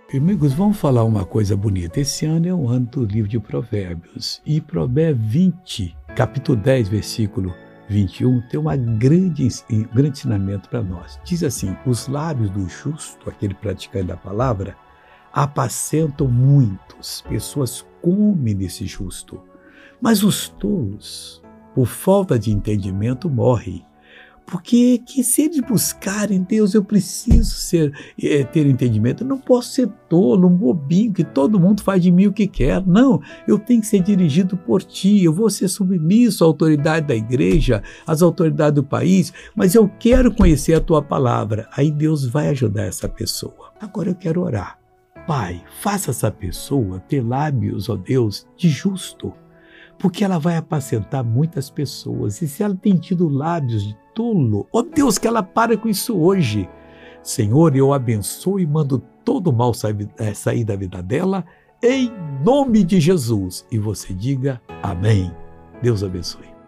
Amigos, vamos falar uma coisa bonita. Esse ano é o ano do livro de Provérbios. E Provérbios 20, capítulo 10, versículo 21, tem um grande ensinamento para nós. Diz assim: os lábios do justo, aquele praticante da palavra, apacentam muitos. Pessoas comem desse justo. Mas os tolos, por falta de entendimento, morrem. Porque que se eles buscarem Deus, eu preciso ter entendimento. Eu não posso ser tolo, um bobinho, que todo mundo faz de mim o que quer. Não, eu tenho que ser dirigido por ti. Eu vou ser submisso à autoridade da igreja, às autoridades do país, mas eu quero conhecer a tua palavra. Aí Deus vai ajudar essa pessoa. Agora eu quero orar. Pai, faça essa pessoa ter lábios, ó Deus, de justo, porque ela vai apacentar muitas pessoas. E se ela tem tido lábios de tolo, ó Deus, que ela pare com isso hoje. Senhor, eu abençoo e mando todo o mal sair da vida dela, em nome de Jesus. E você diga amém. Deus abençoe.